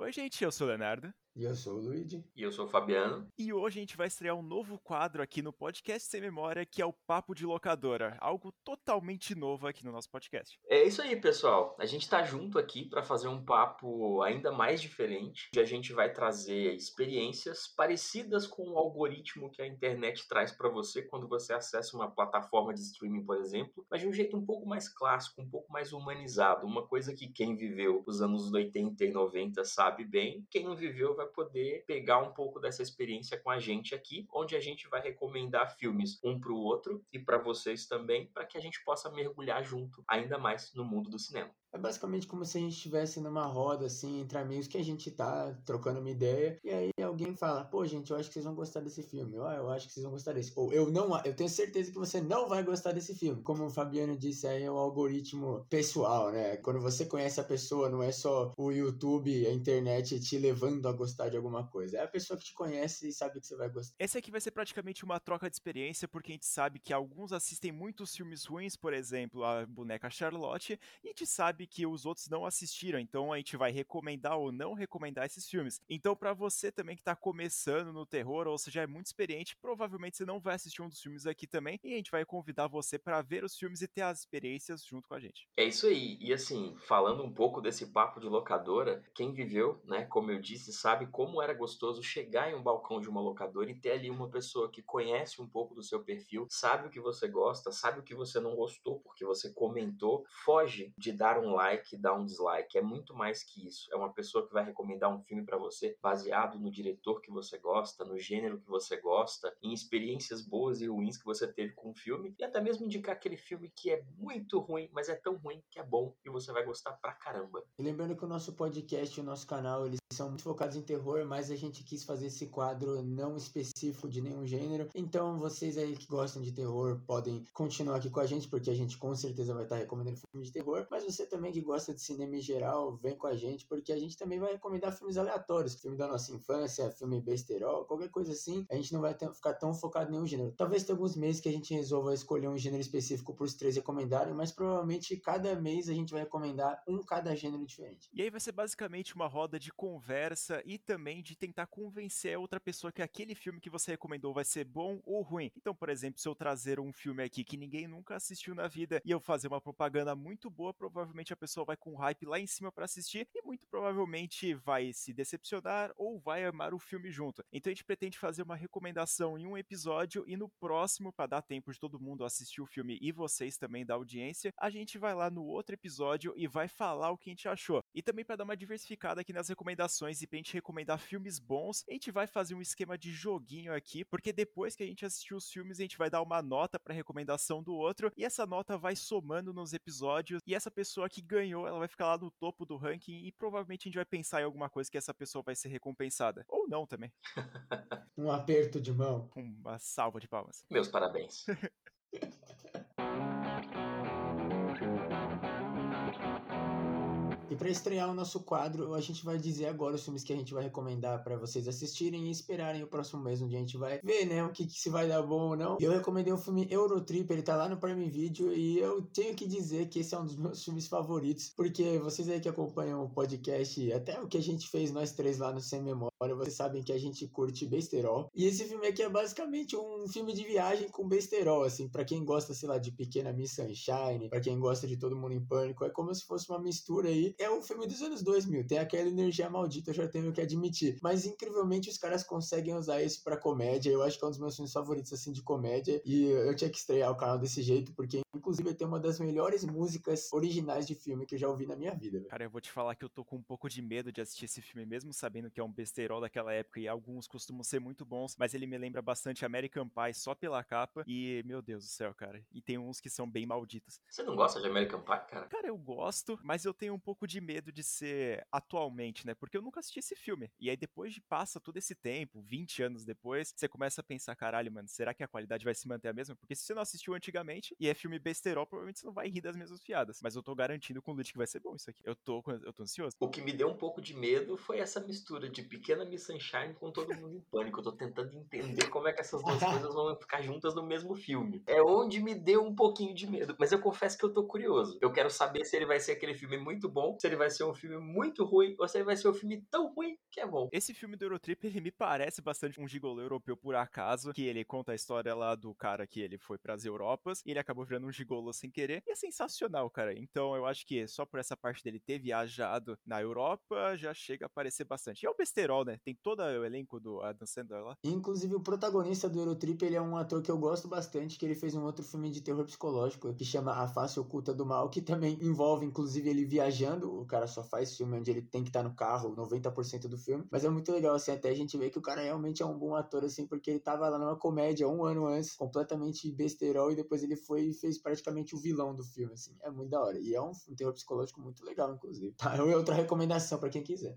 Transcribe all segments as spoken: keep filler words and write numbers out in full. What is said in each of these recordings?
Oi, gente, eu sou o Leonardo. E eu sou o Luigi. E eu sou o Fabiano. E hoje a gente vai estrear um novo quadro aqui no Podcast Sem Memória, que é o Papo de Locadora. Algo totalmente novo aqui no nosso podcast. É isso aí, pessoal. A gente tá junto aqui para fazer um papo ainda mais diferente, onde a gente vai trazer experiências parecidas com o algoritmo que a internet traz para você quando você acessa uma plataforma de streaming, por exemplo, mas de um jeito um pouco mais clássico, um pouco mais humanizado, uma coisa que quem viveu os anos oitenta e noventa sabe bem, quem não viveu vai poder pegar um pouco dessa experiência com a gente aqui, onde a gente vai recomendar filmes um para o outro e para vocês também, para que a gente possa mergulhar junto ainda mais no mundo do cinema. É basicamente como se a gente estivesse numa roda, assim, entre amigos, que a gente tá trocando uma ideia, e aí alguém fala, pô, gente, eu acho que vocês vão gostar desse filme, ou ah, eu acho que vocês vão gostar desse, ou eu não, eu tenho certeza que você não vai gostar desse filme. Como o Fabiano disse, aí é o algoritmo pessoal, né? Quando você conhece a pessoa, não é só o YouTube, a internet te levando a gostar de alguma coisa, é a pessoa que te conhece e sabe que você vai gostar. Esse aqui vai ser praticamente uma troca de experiência, porque a gente sabe que alguns assistem muitos filmes ruins, por exemplo, a boneca Charlotte, e a gente sabe que os outros não assistiram, então a gente vai recomendar ou não recomendar esses filmes. Então, pra você também que tá começando no terror, ou seja, é muito experiente, provavelmente você não vai assistir um dos filmes aqui também, e a gente vai convidar você pra ver os filmes e ter as experiências junto com a gente. É isso aí. E assim, falando um pouco desse papo de locadora, quem viveu, né, como eu disse, sabe como era gostoso chegar em um balcão de uma locadora e ter ali uma pessoa que conhece um pouco do seu perfil, sabe o que você gosta, sabe o que você não gostou porque você comentou, foge de dar um like, dar um dislike. É muito mais que isso. É uma pessoa que vai recomendar um filme pra você baseado no diretor que você gosta, no gênero que você gosta, em experiências boas e ruins que você teve com o filme, e até mesmo indicar aquele filme que é muito ruim, mas é tão ruim que é bom e você vai gostar pra caramba. E lembrando que o nosso podcast e o nosso canal, eles são muito focados em terror, mas a gente quis fazer esse quadro não específico de nenhum gênero. Então, vocês aí que gostam de terror podem continuar aqui com a gente, porque a gente com certeza vai estar recomendando filmes de terror. Mas você também que gosta de cinema em geral, vem com a gente, porque a gente também vai recomendar filmes aleatórios, filme da nossa infância, filme besterol, qualquer coisa assim. A gente não vai ter, ficar tão focado em nenhum gênero. Talvez tenha alguns meses que a gente resolva escolher um gênero específico para os três recomendarem, mas provavelmente cada mês a gente vai recomendar um cada gênero diferente. E aí vai ser basicamente uma roda de conversa e também de tentar convencer a outra pessoa que aquele filme que você recomendou vai ser bom ou ruim. Então, por exemplo, se eu trazer um filme aqui que ninguém nunca assistiu na vida e eu fazer uma propaganda muito boa, provavelmente a pessoa vai com um hype lá em cima pra assistir e muito provavelmente vai se decepcionar ou vai amar o filme junto. Então a gente pretende fazer uma recomendação em um episódio e no próximo, pra dar tempo de todo mundo assistir o filme e vocês também da audiência, a gente vai lá no outro episódio e vai falar o que a gente achou. E também para dar uma diversificada aqui nas recomendações e pra gente recomendar filmes bons, a gente vai fazer um esquema de joguinho aqui, porque depois que a gente assistir os filmes, a gente vai dar uma nota pra recomendação do outro, e essa nota vai somando nos episódios, e essa pessoa que ganhou, ela vai ficar lá no topo do ranking, e provavelmente a gente vai pensar em alguma coisa que essa pessoa vai ser recompensada. Ou não também. Um aperto de mão. Uma salva de palmas. Meus parabéns. E para estrear o nosso quadro, a gente vai dizer agora os filmes que a gente vai recomendar para vocês assistirem e esperarem o próximo mês, onde a gente vai ver, né, o que, que se vai dar bom ou não. E eu recomendei o filme Eurotrip, ele tá lá no Prime Video, e eu tenho que dizer que esse é um dos meus filmes favoritos, porque vocês aí que acompanham o podcast, até o que a gente fez nós três lá no Sem Memória, vocês sabem que a gente curte besterol. E esse filme aqui é basicamente um filme de viagem com besterol, assim, para quem gosta, sei lá, de Pequena Miss Sunshine, para quem gosta de Todo Mundo em Pânico, é como se fosse uma mistura aí. É um filme dos anos dois mil, tem aquela energia maldita, eu já tenho que admitir. Mas, incrivelmente, os caras conseguem usar isso pra comédia. Eu acho que é um dos meus filmes favoritos, assim, de comédia. E eu tinha que estrear o canal desse jeito, porque, inclusive, tem uma das melhores músicas originais de filme que eu já ouvi na minha vida, véio. Cara, eu vou te falar que eu tô com um pouco de medo de assistir esse filme, mesmo sabendo que é um besterol daquela época e alguns costumam ser muito bons, mas ele me lembra bastante American Pie só pela capa. E, meu Deus do céu, cara. E tem uns que são bem malditos. Você não gosta de American Pie, cara? Cara, eu gosto, mas eu tenho um pouco de medo de ser atualmente, né? Porque eu nunca assisti esse filme. E aí depois de passa todo esse tempo, vinte anos depois, você começa a pensar, caralho, mano, será que a qualidade vai se manter a mesma? Porque se você não assistiu antigamente e é filme besterol, provavelmente você não vai rir das mesmas piadas. Mas eu tô garantindo com o Lute que vai ser bom isso aqui. Eu tô, eu tô ansioso. O que me deu um pouco de medo foi essa mistura de Pequena Pequena Miss Sunshine com Todo Mundo em Pânico. Eu tô tentando entender como é que essas duas coisas vão ficar juntas no mesmo filme. É onde me deu um pouquinho de medo. Mas eu confesso que eu tô curioso. Eu quero saber se ele vai ser aquele filme muito bom, se ele vai ser um filme muito ruim, ou se ele vai ser um filme tão ruim que é bom. Esse filme do Eurotrip, ele me parece bastante um gigolô europeu por acaso, que ele conta a história lá do cara que ele foi pras Europas, e ele acabou virando um gigolô sem querer, e é sensacional, cara. Então eu acho que só por essa parte dele ter viajado na Europa, já chega a aparecer bastante. E é o besterol, né? Tem todo o elenco do Adam Sandler lá. Inclusive, o protagonista do Eurotrip, ele é um ator que eu gosto bastante, que ele fez um outro filme de terror psicológico, que chama A Face Oculta do Mal, que também envolve, inclusive, ele viajando. O cara só faz filme onde ele tem que estar no carro noventa por cento do filme. Mas é muito legal, assim, até a gente ver que o cara realmente é um bom ator, assim, porque ele tava lá numa comédia um ano antes, completamente besterol, e depois ele foi e fez praticamente o vilão do filme, assim. É muito da hora. E é um, um terror psicológico muito legal, inclusive. Tá, é outra recomendação pra quem quiser.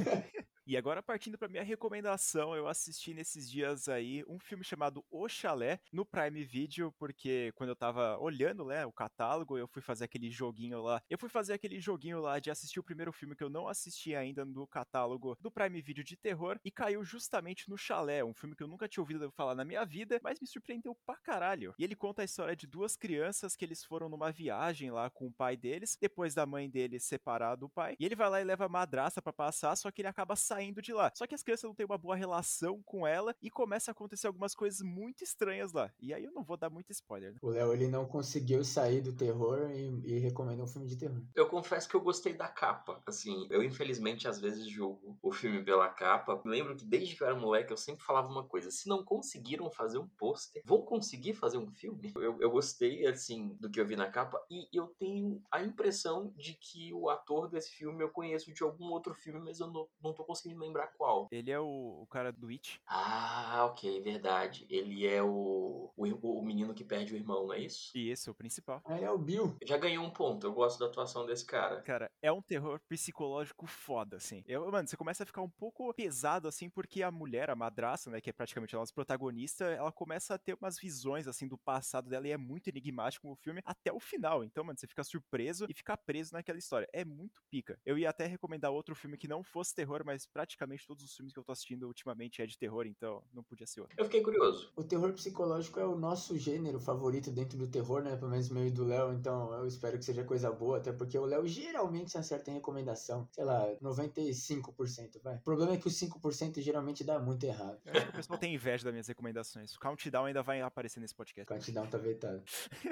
E agora, partindo pra minha recomendação, eu assisti nesses dias aí um filme chamado O Chalé no Prime Video, porque quando eu tava olhando, né, o catálogo, eu fui fazer aquele joguinho lá. Eu fui fazer aquele joguinho lá de assistir o primeiro filme que eu não assisti ainda no catálogo do Prime Video de terror e caiu justamente no Chalé, um filme que eu nunca tinha ouvido falar na minha vida, mas me surpreendeu pra caralho. E ele conta a história de duas crianças que eles foram numa viagem lá com o pai deles, depois da mãe deles separar do pai, e ele vai lá e leva a madrasta pra passar, só que ele acaba saindo de lá. Só que as crianças não têm uma boa relação com ela e começa a acontecer algumas coisas muito estranhas lá. E aí eu não vou dar muito spoiler, né? O Léo, ele não conseguiu sair do terror e, e recomenda um filme de terror. Eu confesso que eu gostei da capa. Assim, eu infelizmente às vezes julgo o filme pela capa. Lembro que desde que eu era moleque eu sempre falava uma coisa: se não conseguiram fazer um pôster, vão conseguir fazer um filme? Eu, eu gostei, assim, do que eu vi na capa e eu tenho a impressão de que o ator desse filme eu conheço de algum outro filme, mas eu não, não tô conseguindo lembrar qual. Ele é o, o cara do It. Ah, ok, verdade. Ele é o, o, o menino que perde o irmão, não é isso? E esse é o principal. Ah, ele é o Bill. Já ganhou um ponto, eu gosto da atuação desse cara. Cara, é um terror psicológico foda, assim. Eu, mano, você começa a ficar um pouco pesado, assim, porque a mulher, a madrasta, né, que é praticamente a nossa protagonista, ela começa a ter umas visões, assim, do passado dela e é muito enigmático o filme até o final. Então, mano, você fica surpreso e fica preso naquela história. É muito pica. Eu ia até recomendar outro filme que não fosse terror, mas praticamente todos os filmes que eu tô assistindo ultimamente é de terror, então não podia ser outro. Eu fiquei curioso. O terror psicológico é o nosso gênero favorito dentro do terror, né? Pelo menos meu e do Léo, então eu espero que seja coisa boa, até porque o Léo geralmente acerta em recomendação, sei lá, noventa e cinco por cento, vai. O problema é que os cinco por cento geralmente dá muito errado. Eu acho que o pessoal tem inveja das minhas recomendações. O Countdown ainda vai aparecer nesse podcast. O countdown tá vetado.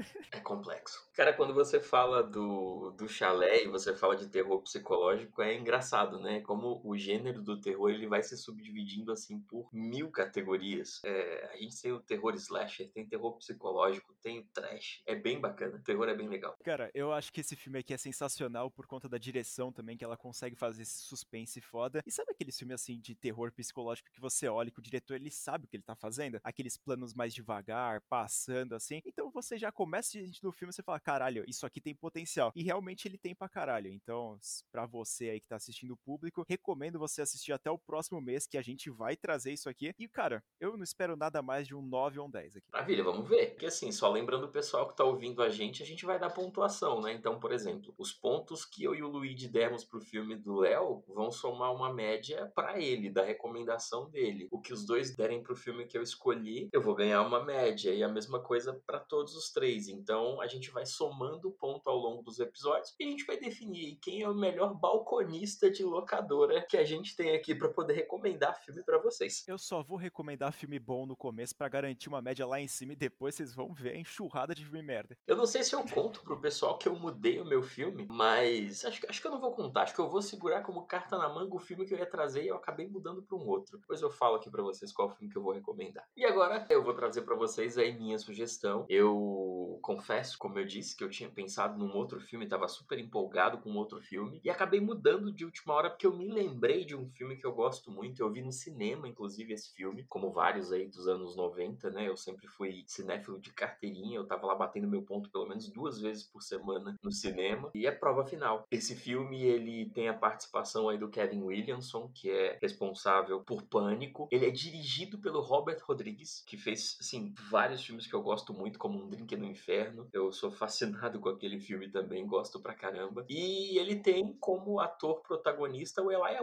É complexo. Cara, quando você fala do, do chalé e você fala de terror psicológico, é engraçado, né? Como o gênero do terror ele vai se subdividindo assim por mil categorias. É, a gente tem o terror slasher, tem terror psicológico, tem o trash. É bem bacana. O terror é bem legal. Cara, eu acho que esse filme aqui é sensacional por conta da direção também, que ela consegue fazer esse suspense foda. E sabe aquele filme assim de terror psicológico que você olha e que o diretor ele sabe o que ele tá fazendo? Aqueles planos mais devagar, passando assim. Então você já começa no filme e você fala, caralho, isso aqui tem potencial. E realmente ele tem pra caralho. Então, pra você aí que tá assistindo o público, recomendo você assistir até o próximo mês que a gente vai trazer isso aqui. E cara, eu não espero nada mais de um nove ou um dez aqui. Maravilha, vamos ver. Porque assim, só lembrando o pessoal que tá ouvindo a gente, a gente vai dar pontuação, né? Então, por exemplo, os pontos que eu e o Luigi demos pro filme do Léo vão somar uma média pra ele, da recomendação dele. O que os dois derem pro filme que eu escolhi, eu vou ganhar uma média. E a mesma coisa pra todos os três. Então, a gente vai somando ponto ao longo dos episódios e a gente vai definir quem é o melhor balconista de locadora que a gente tem aqui pra poder recomendar filme pra vocês. Eu só vou recomendar filme bom no começo pra garantir uma média lá em cima e depois vocês vão ver a enxurrada de filme merda. Eu não sei se eu conto pro pessoal que eu mudei o meu filme, mas acho, acho que eu não vou contar. Acho que eu vou segurar como carta na manga o filme que eu ia trazer e eu acabei mudando pra um outro. Depois eu falo aqui pra vocês qual filme que eu vou recomendar. E agora eu vou trazer pra vocês aí minha sugestão. Eu confesso, como eu disse, que eu tinha pensado num outro filme, tava super empolgado com outro filme e acabei mudando de última hora porque eu me lembrei de um filme que eu gosto muito. Eu vi no cinema, inclusive, esse filme, como vários aí dos anos noventa, né? Eu sempre fui cinéfilo de carteirinha, eu tava lá batendo meu ponto pelo menos duas vezes por semana no cinema. E é prova final. Esse filme, ele tem a participação aí do Kevin Williamson, que é responsável por Pânico. Ele é dirigido pelo Robert Rodrigues, que fez, assim, vários filmes que eu gosto muito, como Um Drink no Inferno. Eu sou fascinado com aquele filme também, gosto pra caramba. E ele tem como ator protagonista o Elijah Wood.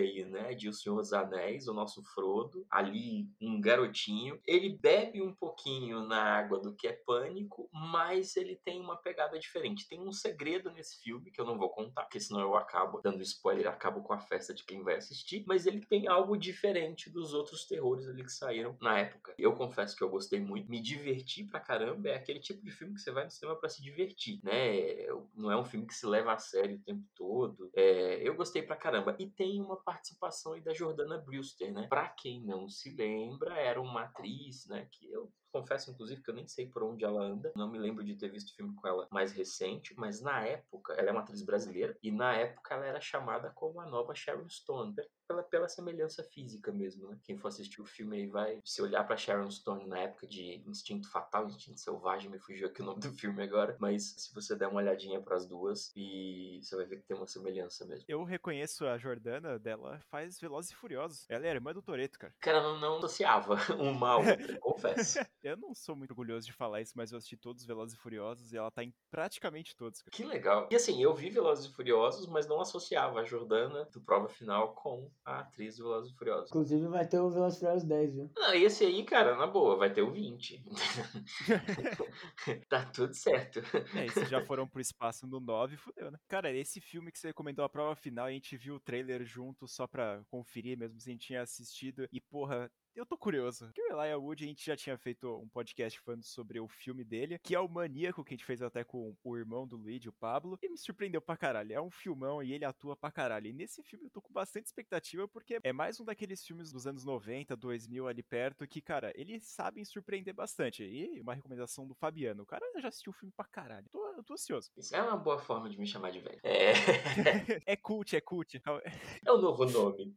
aí, né, de O Senhor dos Anéis, o nosso Frodo, ali um garotinho. Ele bebe um pouquinho na água do que é Pânico, mas ele tem uma pegada diferente. Tem um segredo nesse filme que eu não vou contar, porque senão eu acabo dando spoiler, acabo com a festa de quem vai assistir, mas ele tem algo diferente dos outros terrores ali que saíram na época. Eu confesso que eu gostei muito, me diverti pra caramba. É aquele tipo de filme que você vai no cinema pra se divertir, né? Não é um filme que se leva a sério o tempo todo. É, eu gostei pra caramba. E tem uma participação aí da Jordana Brewster, né? Pra quem não se lembra, era uma atriz, né, que eu confesso, inclusive, que eu nem sei por onde ela anda. Não me lembro de ter visto filme com ela mais recente, mas na época, ela é uma atriz brasileira, e na época ela era chamada como a nova Sharon Stone, pela, pela semelhança física mesmo, né? Quem for assistir o filme aí vai se olhar pra Sharon Stone na época de Instinto Fatal, Instinto Selvagem, me fugiu aqui o nome do filme agora, mas se você der uma olhadinha pras duas, e você vai ver que tem uma semelhança mesmo. Eu reconheço a Jordana dela, faz Velozes e Furiosos. Ela é irmã do Toretto, cara. Cara, não, não associava uma a outra, confesso. Eu não sou muito orgulhoso de falar isso, mas eu assisti todos os Velozes e Furiosos e ela tá em praticamente todos. Cara. Que legal. E assim, eu vi Velozes e Furiosos, mas não associava a Jordana do Prova Final com a atriz do Velozes e Furiosos. Inclusive vai ter o Velozes e Furiosos dez, viu? Não, esse aí, cara, na boa, vai ter o vinte. Tá tudo certo. É, e se já foram pro espaço no nove, fudeu, né? Cara, esse filme que você recomendou, A Prova Final, a gente viu o trailer junto só pra conferir mesmo se a gente tinha assistido. E, porra, eu tô curioso. Porque o Elijah Wood, a gente já tinha feito um podcast falando sobre o filme dele, que é o Maníaco, que a gente fez até com o irmão do Luigi, o Pablo, e me surpreendeu pra caralho. É um filmão e ele atua pra caralho. E nesse filme eu tô com bastante expectativa, porque é mais um daqueles filmes dos anos noventa, dois mil ali perto, que, cara, eles sabem surpreender bastante. E uma recomendação do Fabiano. O cara já assistiu o filme pra caralho. Tô, eu tô ansioso. Isso é uma boa forma de me chamar de velho. É, É cult, é cult. é o novo nome.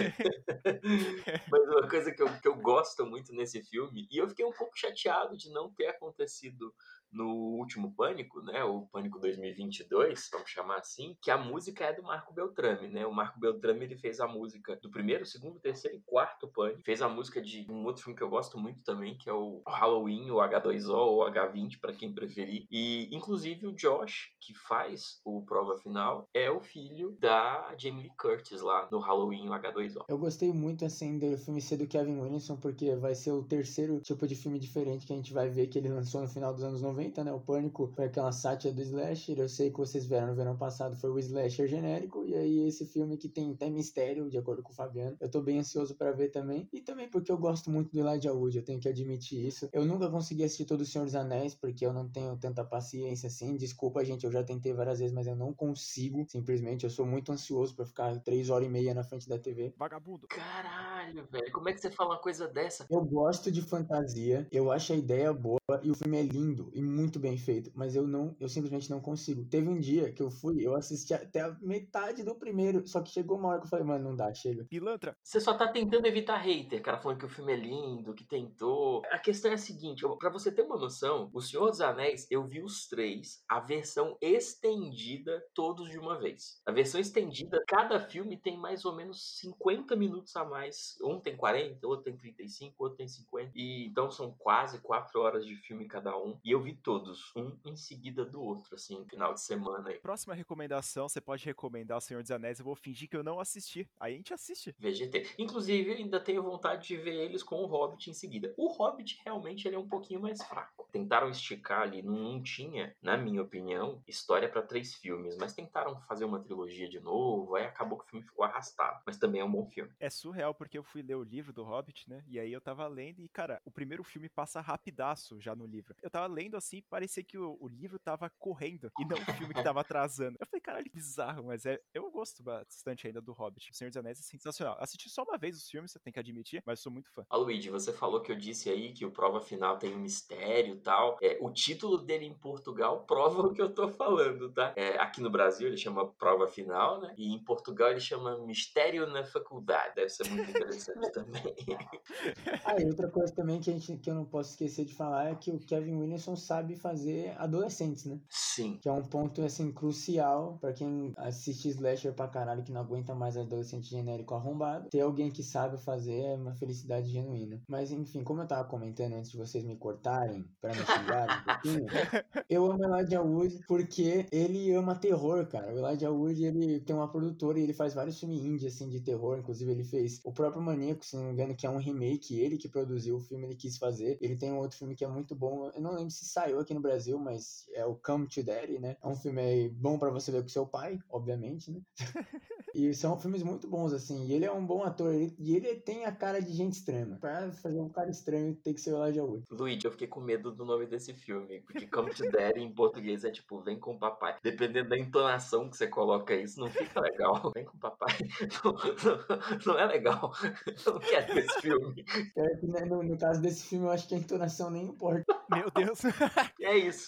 Mas uma coisa que eu, que eu gosto muito nesse filme, e eu fiquei um pouco chateado de não ter acontecido no último Pânico, né, o Pânico dois mil e vinte e dois, vamos chamar assim, que a música é do Marco Beltrame, né, o Marco Beltrame, ele fez a música do primeiro, segundo, terceiro e quarto Pânico, fez a música de um outro filme que eu gosto muito também, que é o Halloween, o H dois O ou H vinte, para quem preferir, e inclusive o Josh, que faz o Prova Final, é o filho da Jamie Lee Curtis lá no Halloween, o H dois O. Eu gostei muito, assim, do filme ser do Kevin Williamson, porque vai ser o terceiro tipo de filme diferente que a gente vai ver que ele lançou no final dos anos noventa, né? O Pânico foi aquela sátira do slasher. Eu sei que vocês viram no verão passado, foi o slasher genérico, e aí esse filme que tem até mistério, de acordo com o Fabiano. Eu tô bem ansioso pra ver também, e também porque eu gosto muito do Elijah Wood, eu tenho que admitir isso. Eu nunca consegui assistir todo O Senhor dos Anéis, porque eu não tenho tanta paciência, assim. Desculpa, gente, eu já tentei várias vezes, mas eu não consigo, simplesmente. Eu sou muito ansioso pra ficar três horas e meia na frente da T V. Vagabundo. Caralho, velho, como é que você fala uma coisa dessa? Eu gosto de fantasia, eu acho a ideia boa e o filme é lindo e muito bem feito, mas eu não, eu simplesmente não consigo. Teve um dia que eu fui, eu assisti até a metade do primeiro, só que chegou uma hora que eu falei, mano, não dá, chega. Pilantra. Você só tá tentando evitar hater, cara, falando que o filme é lindo, que tentou. A questão é a seguinte, eu- pra você ter uma noção, O Senhor dos Anéis, eu vi os três, a versão estendida, todos de uma vez. A versão estendida, cada filme tem mais ou menos cinquenta minutos a mais. Um tem quarenta, outro tem trinta e cinco, outro tem cinquenta. E então são quase quatro horas de filme cada um. E eu vi todos, um em seguida do outro, assim, no final de semana aí. Próxima recomendação, você pode recomendar O Senhor dos Anéis, eu vou fingir que eu não assisti. Aí a gente assiste. V G T. Inclusive, eu ainda tenho vontade de ver eles com o Hobbit em seguida. O Hobbit, realmente, ele é um pouquinho mais fraco. Tentaram esticar ali, não, não tinha, na minha opinião, história pra três filmes, mas tentaram fazer uma trilogia de novo, aí acabou que o filme ficou arrastado. Mas também é um bom filme. É surreal porque eu fui ler o livro do Hobbit, né? E aí eu tava lendo e, cara, o primeiro filme passa rapidaço já no livro. Eu tava lendo assim, parecia que o, o livro tava correndo e não o filme que tava atrasando. Eu falei, caralho, que bizarro, mas é, eu gosto bastante ainda do Hobbit. O Senhor dos Anéis é sensacional. Assisti só uma vez os filmes, você tem que admitir, mas sou muito fã. Ó, Luigi, você falou que eu disse aí que o Prova Final tem um mistério e tal. É, o título dele em Portugal prova o que eu tô falando, tá? É, aqui no Brasil ele chama Prova Final, né? E em Portugal ele chama Mistério na Faculdade. Deve ser muito interessante também. Ah, e outra coisa também que, a gente, que eu não posso esquecer de falar é que o Kevin Williamson sabe sabe fazer adolescentes, né? Sim. Que é um ponto, assim, crucial pra quem assiste slasher pra caralho, que não aguenta mais adolescente genérico arrombado. Ter alguém que sabe fazer é uma felicidade genuína. Mas, enfim, como eu tava comentando antes de vocês me cortarem, pra me xingarem um pouquinho, eu amo Elijah Wood porque ele ama terror, cara. O Elijah Wood, ele tem uma produtora e ele faz vários filmes indie, assim, de terror. Inclusive, ele fez o próprio Maníaco, se não me engano, que é um remake. Ele que produziu o filme, ele quis fazer. Ele tem um outro filme que é muito bom. Eu não lembro se saiu aqui no Brasil, mas é o Come to Daddy, né? É um filme aí bom pra você ver com seu pai, obviamente, né? E são filmes muito bons, assim. E ele é um bom ator. Ele, e ele tem a cara de gente extrema. Pra fazer um cara estranho, tem que ser o Elijah Wood. Luigi, eu fiquei com medo do nome desse filme. Porque Come to Daddy em português é tipo, vem com o papai. Dependendo da entonação que você coloca isso, não fica legal. Vem com o papai. Não, não, não é legal. Eu não quero ver esse filme. É que, né, no, no caso desse filme, eu acho que a entonação nem importa. Meu Deus. E é isso.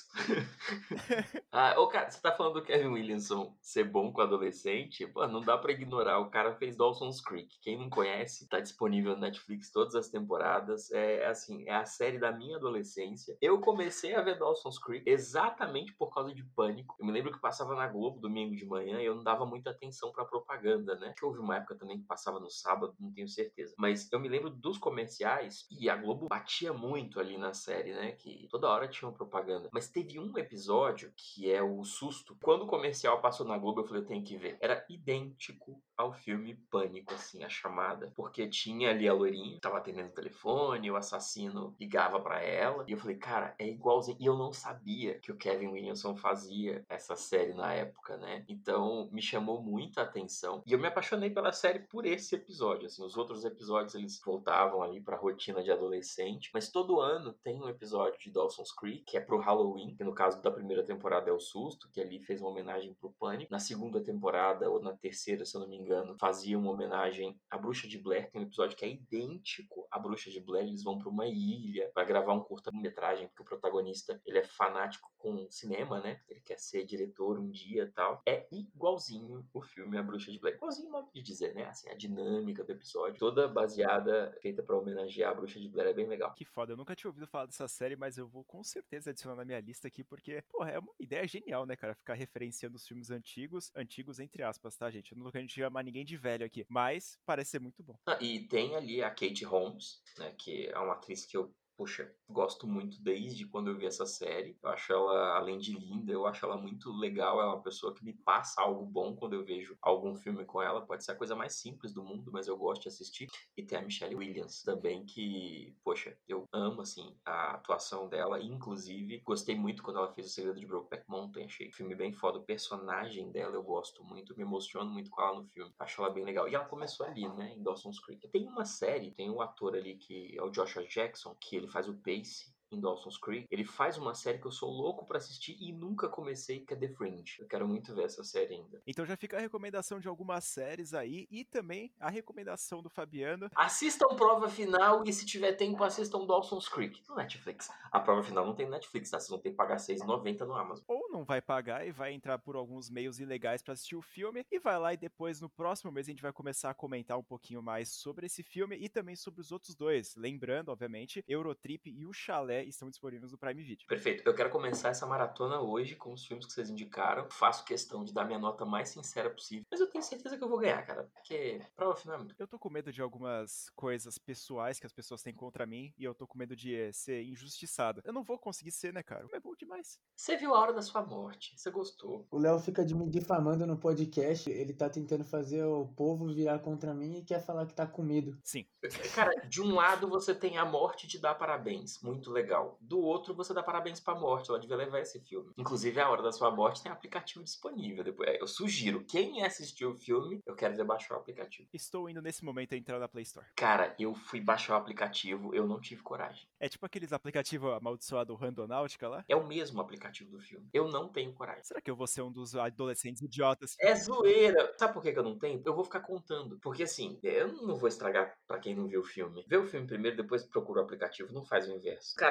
Ah, ô, cara, você tá falando do Kevin Williamson ser bom com adolescente? Pô, não dá pra ignorar. O cara fez Dawson's Creek. Quem não conhece, tá disponível no Netflix todas as temporadas. É assim, é a série da minha adolescência. Eu comecei a ver Dawson's Creek exatamente por causa de Pânico. Eu me lembro que passava na Globo domingo de manhã e eu não dava muita atenção pra propaganda, né? Que houve uma época também que passava no sábado, não tenho certeza. Mas eu me lembro dos comerciais e a Globo batia muito ali na série, né? Que toda hora tinha uma propaganda. Mas teve um episódio que é o Susto. Quando o comercial passou na Globo, eu falei, eu tenho que ver. Era idêntico ao filme Pânico, assim, a chamada. Porque tinha ali a loirinha, tava atendendo o telefone, o assassino ligava pra ela. E eu falei, cara, é igualzinho. E eu não sabia que o Kevin Williamson fazia essa série na época, né? Então, me chamou muita atenção. E eu me apaixonei pela série por esse episódio, assim. Os outros episódios, eles voltavam ali pra rotina de adolescente. Mas todo ano tem um episódio de Dawson's Creek, que é pro Halloween, que no caso da primeira temporada é o Susto, que ali fez uma homenagem pro Pânico. Na segunda temporada, ou na terceira, se eu não me engano, fazia uma homenagem à Bruxa de Blair. Tem um episódio que é idêntico à Bruxa de Blair. Eles vão pra uma ilha pra gravar um curta-metragem, porque o protagonista, ele é fanático com cinema, né? Ele quer ser diretor um dia e tal. É igualzinho o filme A Bruxa de Blair. Igualzinho o modo de dizer, né? Assim, a dinâmica do episódio, toda baseada, feita pra homenagear a Bruxa de Blair, é bem legal. Que foda, eu nunca tinha ouvido falar dessa série, mas eu vou com certeza adicionar na minha lista aqui, porque, porra, é uma ideia genial, né, cara? Ficar referenciando os filmes antigos, antigos entre aspas, tá, gente? Eu não tô querendo chamar ninguém de velho aqui, mas parece ser muito bom. Ah, e tem ali a Kate Holmes, né, que é uma atriz que eu, poxa, gosto muito desde quando eu vi essa série. Eu acho ela, além de linda, eu acho ela muito legal. Ela é uma pessoa que me passa algo bom quando eu vejo algum filme com ela. Pode ser a coisa mais simples do mundo, mas eu gosto de assistir. E tem a Michelle Williams também, que, poxa, eu amo, assim, a atuação dela. Inclusive, gostei muito quando ela fez O Segredo de Brokeback Mountain. Achei o filme bem foda. O personagem dela eu gosto muito, me emociono muito com ela no filme. Acho ela bem legal. E ela começou ali, né, em Dawson's Creek. Tem uma série, tem um ator ali que é o Joshua Jackson, que ele faz o Pace em Dawson's Creek. Ele faz uma série que eu sou louco pra assistir e nunca comecei, que é The Fringe. Eu quero muito ver essa série ainda. Então já fica a recomendação de algumas séries aí e também a recomendação do Fabiano. Assistam Prova Final e se tiver tempo assistam Dawson's Creek no Netflix. A Prova Final não tem no Netflix, tá? Vocês vão ter que pagar seis reais e noventa centavos no Amazon. Ou não vai pagar e vai entrar por alguns meios ilegais pra assistir o filme e vai lá e depois no próximo mês a gente vai começar a comentar um pouquinho mais sobre esse filme e também sobre os outros dois. Lembrando, obviamente, Eurotrip e O Chalé estão disponíveis no Prime Video. Perfeito. Eu quero começar essa maratona hoje com os filmes que vocês indicaram. Faço questão de dar minha nota mais sincera possível. Mas eu tenho certeza que eu vou ganhar, cara. Porque Prova Final é muito... Eu tô com medo de algumas coisas pessoais que as pessoas têm contra mim e eu tô com medo de eh, ser injustiçado. Eu não vou conseguir ser, né, cara? É bom demais. Você viu A Hora da Sua Morte. Você gostou. O Léo fica de me difamando no podcast. Ele tá tentando fazer o povo virar contra mim e quer falar que tá com medo. Sim. Cara, de um lado você tem a morte e te dá parabéns. Muito legal. Do outro você dá parabéns pra morte. Ela devia levar esse filme. Inclusive, A Hora da Sua Morte tem aplicativo disponível. Depois, eu sugiro. Quem assistiu o filme, eu quero ver baixar o aplicativo. Estou indo nesse momento a entrar na Play Store. Cara, eu fui baixar o aplicativo. Eu não tive coragem. É tipo aqueles aplicativos amaldiçoados Randonáutica lá? É o mesmo aplicativo do filme. Eu não tenho coragem. Será que eu vou ser um dos adolescentes idiotas? É zoeira. Sabe por que que eu não tenho? Eu vou ficar contando. Porque assim, eu não vou estragar pra quem não viu o filme. Vê o filme primeiro, depois procura o aplicativo. Não faz o inverso. Cara,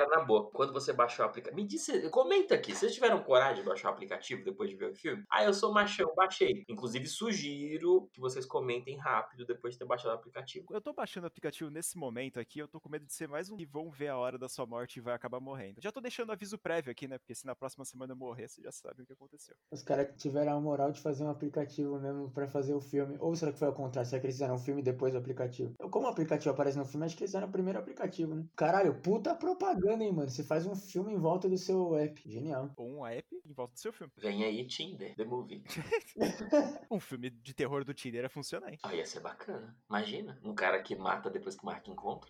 Agora, na boa, quando você baixou o aplicativo... Me diz, comenta aqui, vocês tiveram coragem de baixar o aplicativo depois de ver o filme? Ah, eu sou machão, baixei. Inclusive, sugiro que vocês comentem rápido depois de ter baixado o aplicativo. Eu tô baixando o aplicativo nesse momento aqui, eu tô com medo de ser mais um que vão ver a hora da sua morte e vai acabar morrendo. Já tô deixando aviso prévio aqui, né? Porque se na próxima semana eu morrer, você já sabe o que aconteceu. Os caras tiveram a moral de fazer um aplicativo mesmo pra fazer o filme. Ou será que foi ao contrário? Será que eles fizeram o filme e depois o aplicativo? Eu, como o aplicativo aparece no filme, acho que eles fizeram o primeiro aplicativo, né? Caralho, puta propaganda, hein, mano? Você faz um filme em volta do seu app. Genial. Ou um app em volta do seu filme. Vem aí Tinder, The Movie. Um filme de terror do Tinder ia funcionar, hein? Ah, ia ser bacana. Imagina, um cara que mata depois que marca encontro.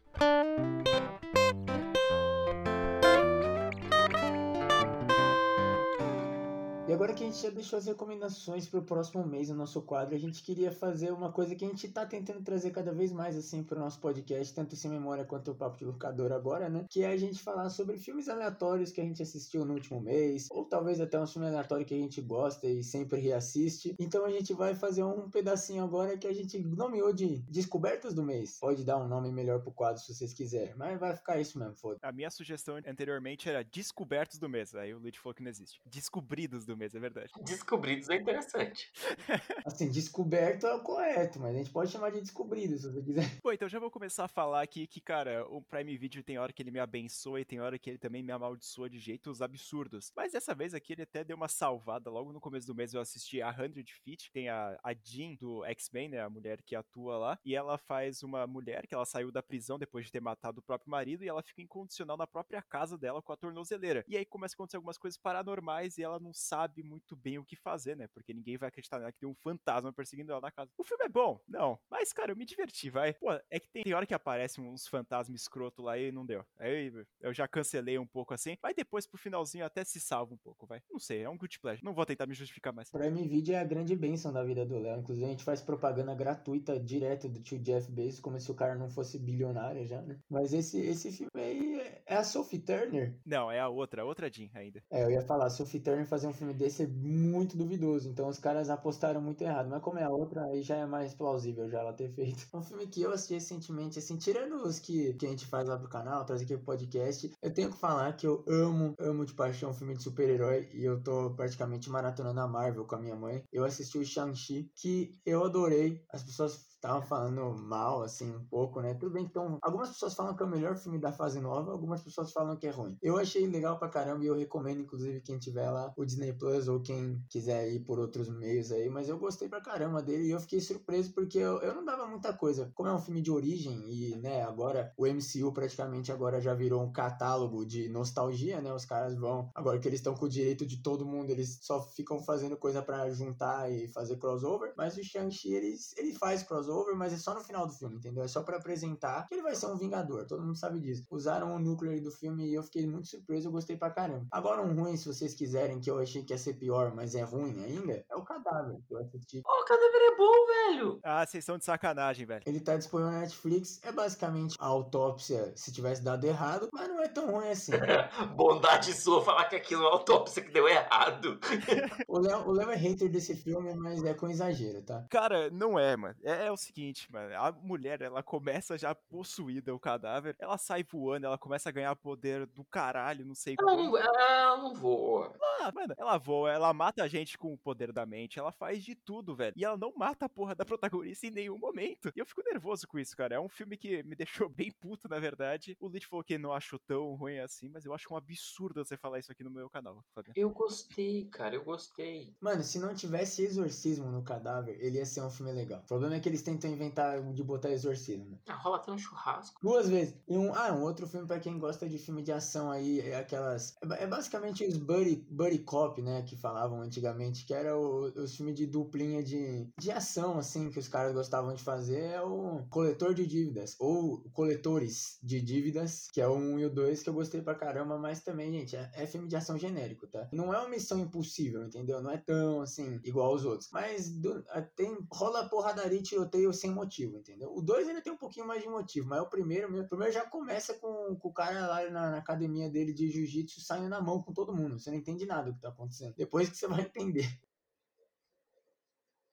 E agora que a gente já deixou as recomendações pro próximo mês no nosso quadro, a gente queria fazer uma coisa que a gente tá tentando trazer cada vez mais assim pro nosso podcast, tanto Sem Memória quanto o Papo de Locador agora, né? Que é a gente falar sobre filmes aleatórios que a gente assistiu no último mês, ou talvez até um filme aleatório que a gente gosta e sempre reassiste. Então a gente vai fazer um pedacinho agora que a gente nomeou de Descobertas do Mês. Pode dar um nome melhor pro quadro se vocês quiserem, mas vai ficar isso mesmo, foda. A minha sugestão anteriormente era Descobertos do Mês. Aí o Luigi falou que não existe. Descobridos do Mês, é verdade. Descobridos é interessante. Assim, descoberto é o correto, mas a gente pode chamar de descobrido, se você quiser. Bom, então já vou começar a falar aqui que, cara, o Prime Video tem hora que ele me abençoa e tem hora que ele também me amaldiçoa de jeitos absurdos. Mas dessa vez aqui ele até deu uma salvada. Logo no começo do mês eu assisti a Hundred Feet, tem a, a Jean do X-Men, né, a mulher que atua lá, e ela faz uma mulher que ela saiu da prisão depois de ter matado o próprio marido e ela fica incondicional na própria casa dela com a tornozeleira. E aí começa a acontecer algumas coisas paranormais e ela não sabe muito bem o que fazer, né, porque ninguém vai acreditar nela que tem um fantasma perseguindo ela na casa. O filme é bom? Não. Mas, cara, eu me diverti, vai. Pô, é que tem, tem hora que aparecem uns fantasmas escroto lá e não deu. Aí eu já cancelei um pouco assim. Mas depois pro finalzinho até se salva um pouco, vai. Não sei, é um good pleasure. Não vou tentar me justificar mais. Prime Video é a grande bênção da vida do Léo. Inclusive, a gente faz propaganda gratuita direto do tio Jeff Bezos, como se o cara não fosse bilionário já, né? Mas esse, esse filme aí é- é a Sophie Turner. Não, é a outra, a outra Jean ainda. É, eu ia falar, Sophie Turner fazer um filme desse é muito duvidoso. Então os caras apostaram muito errado. Mas como é a outra, aí já é mais plausível já ela ter feito. Um filme que eu assisti recentemente, assim, tirando os que, que a gente faz lá pro canal, traz aqui pro podcast, eu tenho que falar que eu amo, amo de paixão filme de super-herói. E eu tô praticamente maratonando a Marvel com a minha mãe. Eu assisti o Shang-Chi, que eu adorei. As pessoas estavam falando mal, assim, um pouco, né? Tudo bem, então, algumas pessoas falam que é o melhor filme da fase nova, algumas pessoas falam que é ruim. Eu achei legal pra caramba e eu recomendo, inclusive, quem tiver lá o Disney Plus ou quem quiser ir por outros meios aí, mas eu gostei pra caramba dele e eu fiquei surpreso porque eu, eu não dava muita coisa. Como é um filme de origem e, né, agora o M C U praticamente agora já virou um catálogo de nostalgia, né? Os caras vão, agora que eles estão com o direito de todo mundo, eles só ficam fazendo coisa pra juntar e fazer crossover, mas o Shang-Chi, ele, ele faz crossover, mas é só no final do filme, entendeu? É só pra apresentar que ele vai ser um vingador, todo mundo sabe disso. Usaram o núcleo aí do filme e eu fiquei muito surpreso, eu gostei pra caramba. Agora um ruim, se vocês quiserem, que eu achei que ia ser pior, mas é ruim ainda, é o Cadáver, que eu assisti. Ô, o Cadáver é bom, velho! Ah, vocês são de sacanagem, velho. Ele tá disponível na Netflix, é basicamente a autópsia se tivesse dado errado, mas não é tão ruim assim. Bondade sua falar que aquilo é uma autópsia que deu errado. O Léo, o Léo é hater desse filme, mas é com exagero, tá? Cara, não é, mano. É, é o seguinte, mano. A mulher, ela começa já possuída, o cadáver. Ela sai voando, ela começa a ganhar poder do caralho, não sei Ela como. não, ela não voa. Ah, mano, ela voa, ela mata a gente com o poder da mente, ela faz de tudo, velho. E ela não mata a porra da protagonista em nenhum momento. E eu fico nervoso com isso, cara. É um filme que me deixou bem puto, na verdade. O Lid falou que não achou tão ruim assim, mas eu acho um absurdo você falar isso aqui no meu canal, Fabiano. Eu gostei, cara, eu gostei. Mano, se não tivesse exorcismo no Cadáver, ele ia ser um filme legal. O problema é que eles tentam inventar de botar exorcismo, né? Ah, rola até um churrasco. Duas vezes. E um, ah, um outro filme pra quem gosta de filme de ação aí, é aquelas... É, ba- é basicamente os buddy, buddy cop, né, que falavam antigamente, que era o- os filmes de duplinha de, de ação, assim, que os caras gostavam de fazer, é o Coletor de Dívidas, ou Coletores de Dívidas, que é o um e o dois, que eu gostei pra caramba, mas também, gente, é, é filme de ação genérico, tá? Não é uma missão impossível, entendeu? Não é tão, assim, igual aos outros. Mas do- a- tem, rola porradaria e tiroteio sem motivo, entendeu? O dois ainda tem um pouquinho mais de motivo, mas o primeiro, meu, o primeiro já começa com, com o cara lá na, na academia dele de jiu-jitsu saindo na mão com todo mundo. Você não entende nada do que tá acontecendo. Depois que você vai entender.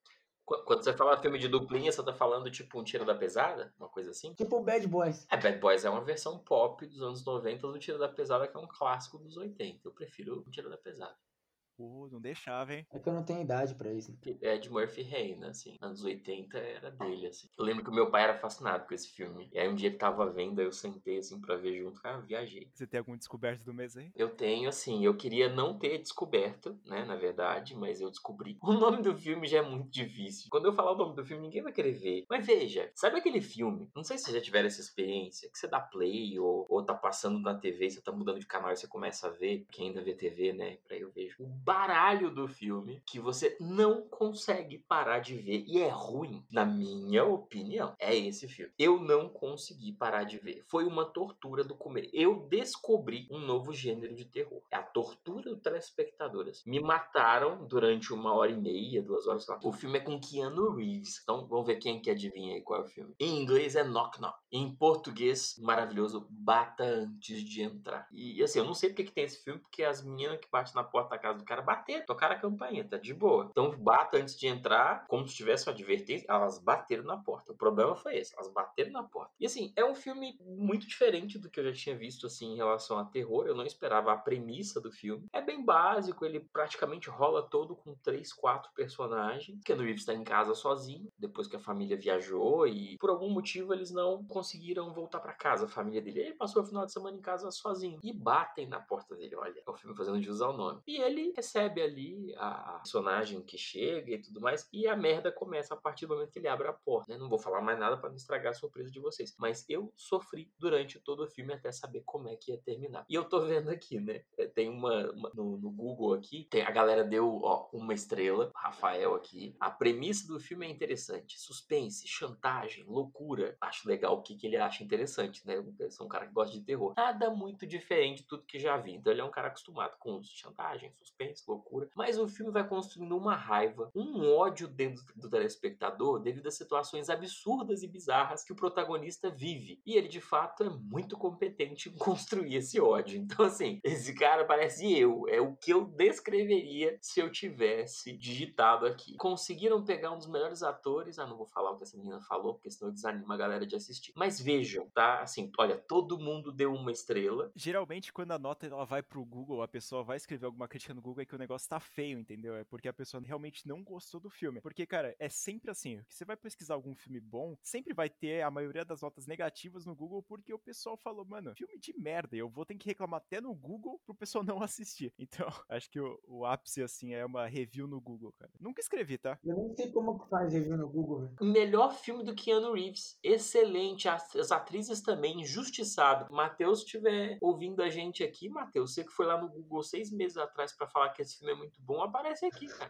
Quando você fala filme de duplinha, você tá falando tipo um Tiro da Pesada? Uma coisa assim? Tipo Bad Boys. É, Bad Boys é uma versão pop dos anos noventa do Tiro da Pesada, que é um clássico dos oitenta. Eu prefiro o Tiro da Pesada. Pô, não deixava, hein? É que eu não tenho idade pra isso. Né? É de Murphy Reina, assim. Anos oitenta era dele, assim. Eu lembro que o meu pai era fascinado com esse filme. E aí um dia ele tava vendo, aí eu sentei, assim, pra ver junto. Ah, viajei. Você tem algum descoberto do mês aí? Eu tenho, assim, eu queria não ter descoberto, né, na verdade, mas eu descobri. O nome do filme já é muito difícil. Quando eu falar o nome do filme, ninguém vai querer ver. Mas veja, sabe aquele filme? Não sei se vocês já tiveram essa experiência, que você dá play ou, ou tá passando na T V, você tá mudando de canal e você começa a ver, quem ainda vê T V, né, pra eu vejo. O baralho do filme que você não consegue parar de ver e é ruim, na minha opinião, é esse filme. Eu não consegui parar de ver. Foi uma tortura do começo. Eu descobri um novo gênero de terror. É a tortura do telespectador. Assim. Me mataram durante uma hora e meia, duas horas, sei lá. O filme é com Keanu Reeves. Então vamos ver quem que adivinha aí qual é o filme. Em inglês é Knock Knock. Em português, maravilhoso, Bata Antes de Entrar. E assim, eu não sei porque que tem esse filme, porque as meninas que batem na porta da casa do cara bateram, tocaram a campainha, tá de boa. Então bata antes de entrar, como se tivesse uma advertência, elas bateram na porta. O problema foi esse, elas bateram na porta. E assim, é um filme muito diferente do que eu já tinha visto assim em relação a terror. Eu não esperava a premissa do filme. É bem básico, ele praticamente rola todo com três, quatro personagens. Keanu Reeves está em casa sozinho, depois que a família viajou e por algum motivo eles não conseguiram voltar para casa, a família dele. Ele passou o final de semana em casa sozinho e batem na porta dele. Olha, é o filme fazendo jus ao nome. E ele recebe ali a personagem que chega e tudo mais, e a merda começa a partir do momento que ele abre a porta. Né? Não vou falar mais nada para não estragar a surpresa de vocês, mas eu sofri durante todo o filme até saber como é que ia terminar. E eu tô vendo aqui, né? Tem uma, uma no, no Google aqui, tem, a galera deu ó, uma estrela, Rafael aqui. A premissa do filme é interessante: suspense, chantagem, loucura. Acho legal o que, que ele acha interessante, né? Eu sou um cara que gosta de terror. Nada muito diferente de tudo que já vi. Então ele é um cara acostumado com chantagem, suspense, loucura. Mas o filme vai construindo uma raiva, um ódio dentro do telespectador devido a situações absurdas e bizarras que o protagonista vive. E ele, de fato, é muito competente em construir esse ódio. Então, assim, esse cara parece eu. É o que eu descreveria se eu tivesse digitado aqui. Conseguiram pegar um dos melhores atores. Ah, não vou falar o que essa menina falou, porque senão desanima a galera de assistir. Mas vejam, tá? Assim, olha, todo mundo deu uma estrela. Geralmente, quando a nota ela vai pro Google, a pessoa vai escrever alguma crítica no Google é que o negócio tá feio, entendeu? É porque a pessoa realmente não gostou do filme. Porque, cara, é sempre assim, que você vai pesquisar algum filme bom, sempre vai ter a maioria das notas negativas no Google, porque o pessoal falou, mano, filme de merda, eu vou ter que reclamar até no Google pro pessoal não assistir. Então, acho que o, o ápice, assim, é uma review no Google, cara. Nunca escrevi, tá? Eu nem sei como que faz review no Google, velho. Melhor filme do Keanu Reeves. Excelente. As, as atrizes também, injustiçado. Matheus, se estiver ouvindo a gente aqui, Matheus, você que foi lá no Google seis meses atrás pra falar que esse filme é muito bom, aparece aqui, cara.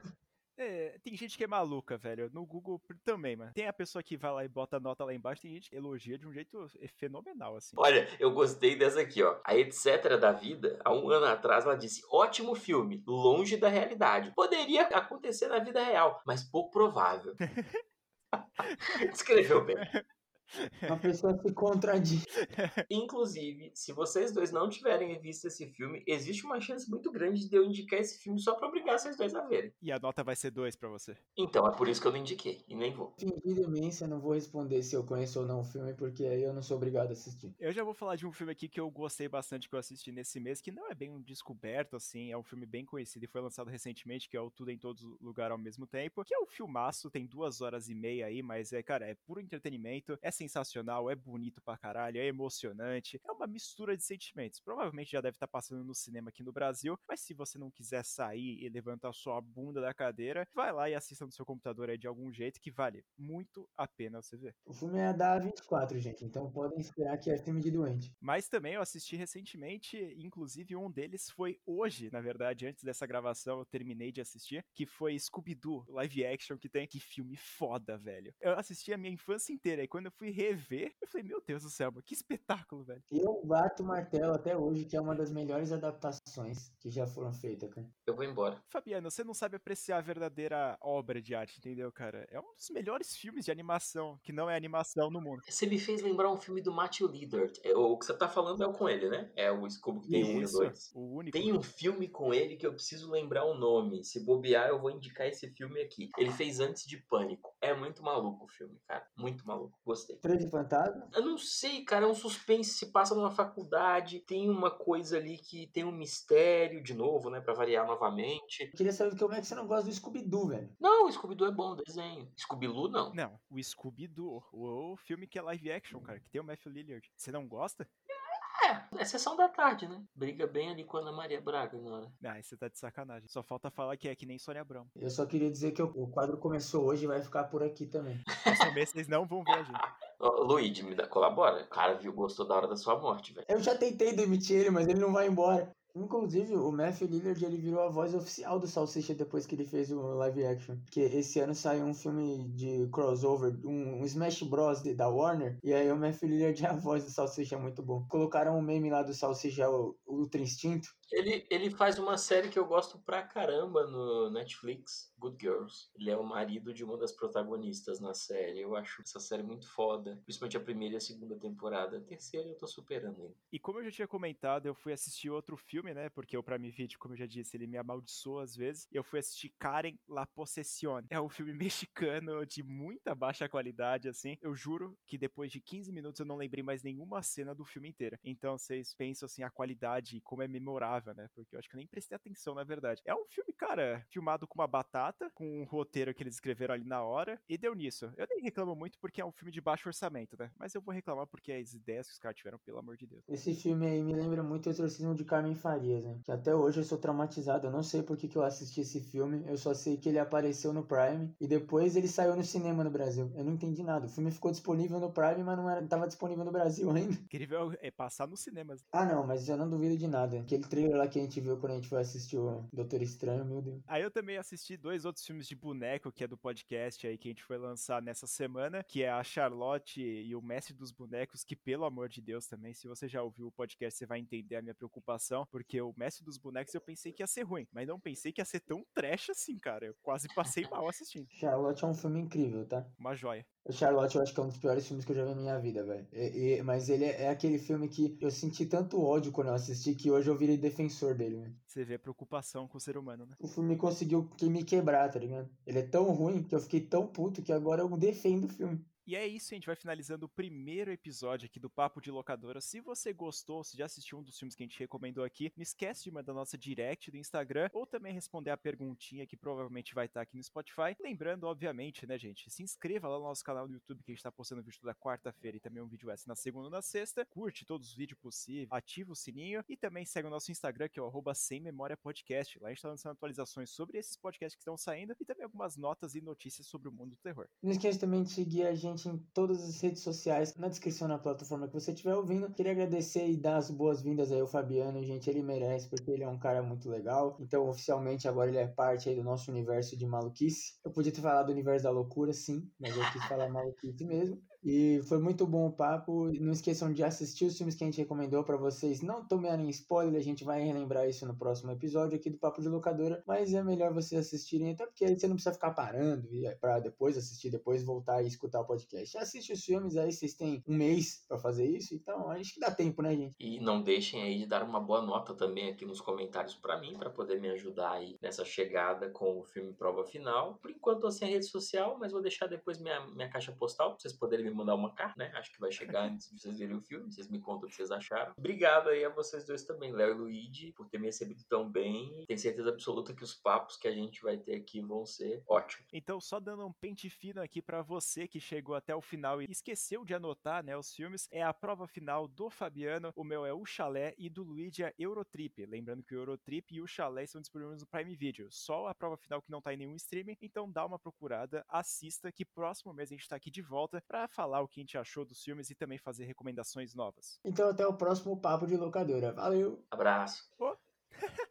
É, tem gente que é maluca, velho. No Google também, mano. Tem a pessoa que vai lá e bota a nota lá embaixo, tem gente que elogia de um jeito fenomenal, assim. Olha, eu gostei dessa aqui, ó. A Etc. da Vida, há um ano atrás, ela disse: ótimo filme, longe da realidade. Poderia acontecer na vida real, mas pouco provável. Escreveu bem. Uma pessoa se contradiz. Inclusive, se vocês dois não tiverem visto esse filme, existe uma chance muito grande de eu indicar esse filme só pra obrigar vocês dois a verem. E a nota vai ser dois pra você. Então, é por isso que eu não indiquei, e nem vou. Fingi demência, não vou responder se eu conheço ou não o filme, porque aí eu não sou obrigado a assistir. Eu já vou falar de um filme aqui que eu gostei bastante, que eu assisti nesse mês, que não é bem um descoberto, assim, é um filme bem conhecido e foi lançado recentemente, que é o Tudo em Todos Lugar ao Mesmo Tempo, que é um filmaço, tem duas horas e meia aí, mas é, cara, é puro entretenimento, é sensacional, é bonito pra caralho, é emocionante, é uma mistura de sentimentos. Provavelmente já deve estar passando no cinema aqui no Brasil, mas se você não quiser sair e levantar sua bunda da cadeira, vai lá e assista no seu computador aí de algum jeito, que vale muito a pena você ver. O filme é da A vinte e quatro, gente, então podem esperar que é filme de doente. Mas também eu assisti recentemente, inclusive um deles foi hoje, na verdade, antes dessa gravação eu terminei de assistir, que foi Scooby-Doo, live action que tem. Que filme foda, velho. Eu assisti a minha infância inteira e quando eu fui fui rever, eu falei, meu Deus do céu, mano, que espetáculo, velho. Eu bato o martelo até hoje que é uma das melhores adaptações que já foram feitas, cara. Eu vou embora. Fabiano, você não sabe apreciar a verdadeira obra de arte, entendeu, cara? É um dos melhores filmes de animação, que não é animação no mundo. Você me fez lembrar um filme do Matthew Lillard. É, o que você tá falando é o com ele, né? É o Scooby que tem o um e o Isso, dois. o único. Tem um filme com ele que eu preciso lembrar o nome. Se bobear, eu vou indicar esse filme aqui. Ele fez Antes de Pânico. É muito maluco o filme, cara. Muito maluco. Gostei. Três Fantasma? Eu não sei, cara. É um suspense, se passa numa faculdade. Tem uma coisa ali que tem um mistério, de novo, né? Pra variar novamente. Eu queria saber como é que você não gosta do Scooby-Doo, velho. Não, o Scooby-Doo é bom, desenho. Scooby-Loo, não. Não, o Scooby-Doo, o filme que é live action, cara, que tem o Matthew Lillard. Você não gosta? É, é sessão da tarde, né? Briga bem ali com a Ana Maria Braga na hora. Ah, você tá de sacanagem. Só falta falar que é que nem Sônia Abrão. Eu só queria dizer que o quadro começou hoje e vai ficar por aqui também. Próximo mês vocês não vão ver a gente. Ô, Luigi, me dá, colabora. O cara viu, gostou da hora da sua morte, velho. Eu já tentei demitir ele, mas ele não vai embora. Inclusive, o Matthew Lillard, ele virou a voz oficial do Salsicha depois que ele fez o live action. Porque esse ano saiu um filme de crossover, um, um Smash Bros. Da Warner, e aí o Matthew Lillard é a voz do Salsicha, muito bom. Colocaram um meme lá do Salsicha, o Ultra Instinto. Ele, ele faz uma série que eu gosto pra caramba no Netflix, Good Girls. Ele é o marido de uma das protagonistas na série. Eu acho essa série muito foda. Principalmente a primeira e a segunda temporada. A terceira eu tô superando ainda. E como eu já tinha comentado, eu fui assistir outro filme, né? Porque o Prime Video, como eu já disse, ele me amaldiçoa às vezes. Eu fui assistir Karen La Possessione. É um filme mexicano de muita baixa qualidade, assim. Eu juro que depois de quinze minutos eu não lembrei mais nenhuma cena do filme inteiro. Então vocês pensam, assim, a qualidade e como é memorável, né? Porque eu acho que eu nem prestei atenção, na verdade. É um filme, cara, filmado com uma batata, com um roteiro que eles escreveram ali na hora, e deu nisso. Eu nem reclamo muito porque é um filme de baixo orçamento, né? Mas eu vou reclamar porque as ideias que os caras tiveram, pelo amor de Deus. Esse filme aí me lembra muito o Exorcismo de Carmen Farias, né? Que até hoje eu sou traumatizado. Eu não sei por que, que eu assisti esse filme. Eu só sei que ele apareceu no Prime e depois ele saiu no cinema no Brasil. Eu não entendi nada. O filme ficou disponível no Prime, mas não era, tava disponível no Brasil ainda. Incrível é passar nos cinemas. Ah, não, mas eu não duvido de nada. Aquele trailer lá que a gente viu quando a gente foi assistir o Doutor Estranho, meu Deus. Aí eu também assisti dois outros filmes de boneco, que é do podcast aí que a gente foi lançar nessa semana, que é a Charlotte e o Mestre dos Bonecos, que pelo amor de Deus também, se você já ouviu o podcast, você vai entender a minha preocupação, porque o Mestre dos Bonecos eu pensei que ia ser ruim, mas não pensei que ia ser tão trash assim, cara. Eu quase passei mal assistindo. Charlotte é um filme incrível, tá? Uma joia. O Charlotte eu acho que é um dos piores filmes que eu já vi na minha vida, velho. E- e- Mas ele é, é aquele filme que eu senti tanto ódio quando eu assisti que hoje eu virei defensor dele, velho. Você vê a preocupação com o ser humano, né? O filme conseguiu que me quebrar, tá ligado? Ele é tão ruim que eu fiquei tão puto que agora eu defendo o filme. E é isso, a gente vai finalizando o primeiro episódio aqui do Papo de Locadora. Se você gostou, se já assistiu um dos filmes que a gente recomendou aqui, não esquece de mandar nossa direct do Instagram ou também responder a perguntinha que provavelmente vai estar aqui no Spotify. Lembrando, obviamente, né, gente, se inscreva lá no nosso canal do YouTube que a gente tá postando vídeo toda quarta-feira e também um vídeo extra na segunda e na sexta. Curte todos os vídeos possíveis, ativa o sininho e também segue o nosso Instagram que é o arroba sem memória podcast. Lá a gente tá lançando atualizações sobre esses podcasts que estão saindo e também algumas notas e notícias sobre o mundo do terror. Não esqueça também de seguir a gente em todas as redes sociais, na descrição na plataforma que você estiver ouvindo. Queria agradecer e dar as boas-vindas aí ao Fabiano, gente, ele merece, porque ele é um cara muito legal. Então, oficialmente, agora ele é parte aí do nosso universo de maluquice. Eu podia ter falado do universo da loucura, sim, mas eu quis falar maluquice mesmo. E foi muito bom o papo. Não esqueçam de assistir os filmes que a gente recomendou para vocês não tomarem spoiler. A gente vai relembrar isso no próximo episódio aqui do Papo de Locadora. Mas é melhor vocês assistirem, até porque aí você não precisa ficar parando para depois assistir, depois voltar e escutar o podcast. Assiste os filmes aí, vocês têm um mês para fazer isso. Então, acho que dá tempo, né, gente? E não deixem aí de dar uma boa nota também aqui nos comentários para mim, para poder me ajudar aí nessa chegada com o filme Prova Final. Por enquanto, assim, a rede social, mas vou deixar depois minha, minha caixa postal para vocês poderem me mandar uma carta, né? Acho que vai chegar antes de vocês verem o filme. Vocês me contam o que vocês acharam. Obrigado aí a vocês dois também, Léo e Luigi, por ter me recebido tão bem. Tenho certeza absoluta que os papos que a gente vai ter aqui vão ser ótimos. Então, só dando um pente fino aqui para você que chegou até o final e esqueceu de anotar, né, os filmes, é a prova final do Fabiano, o meu é o Chalé e do Luigi é Eurotrip. Lembrando que o Eurotrip e o Chalé estão disponíveis no Prime Video. Só a prova final que não tá em nenhum streaming, então dá uma procurada, assista, que próximo mês a gente tá aqui de volta para falar o que a gente achou dos filmes e também fazer recomendações novas. Então, até o próximo Papo de Locadora. Valeu! Abraço! Oh.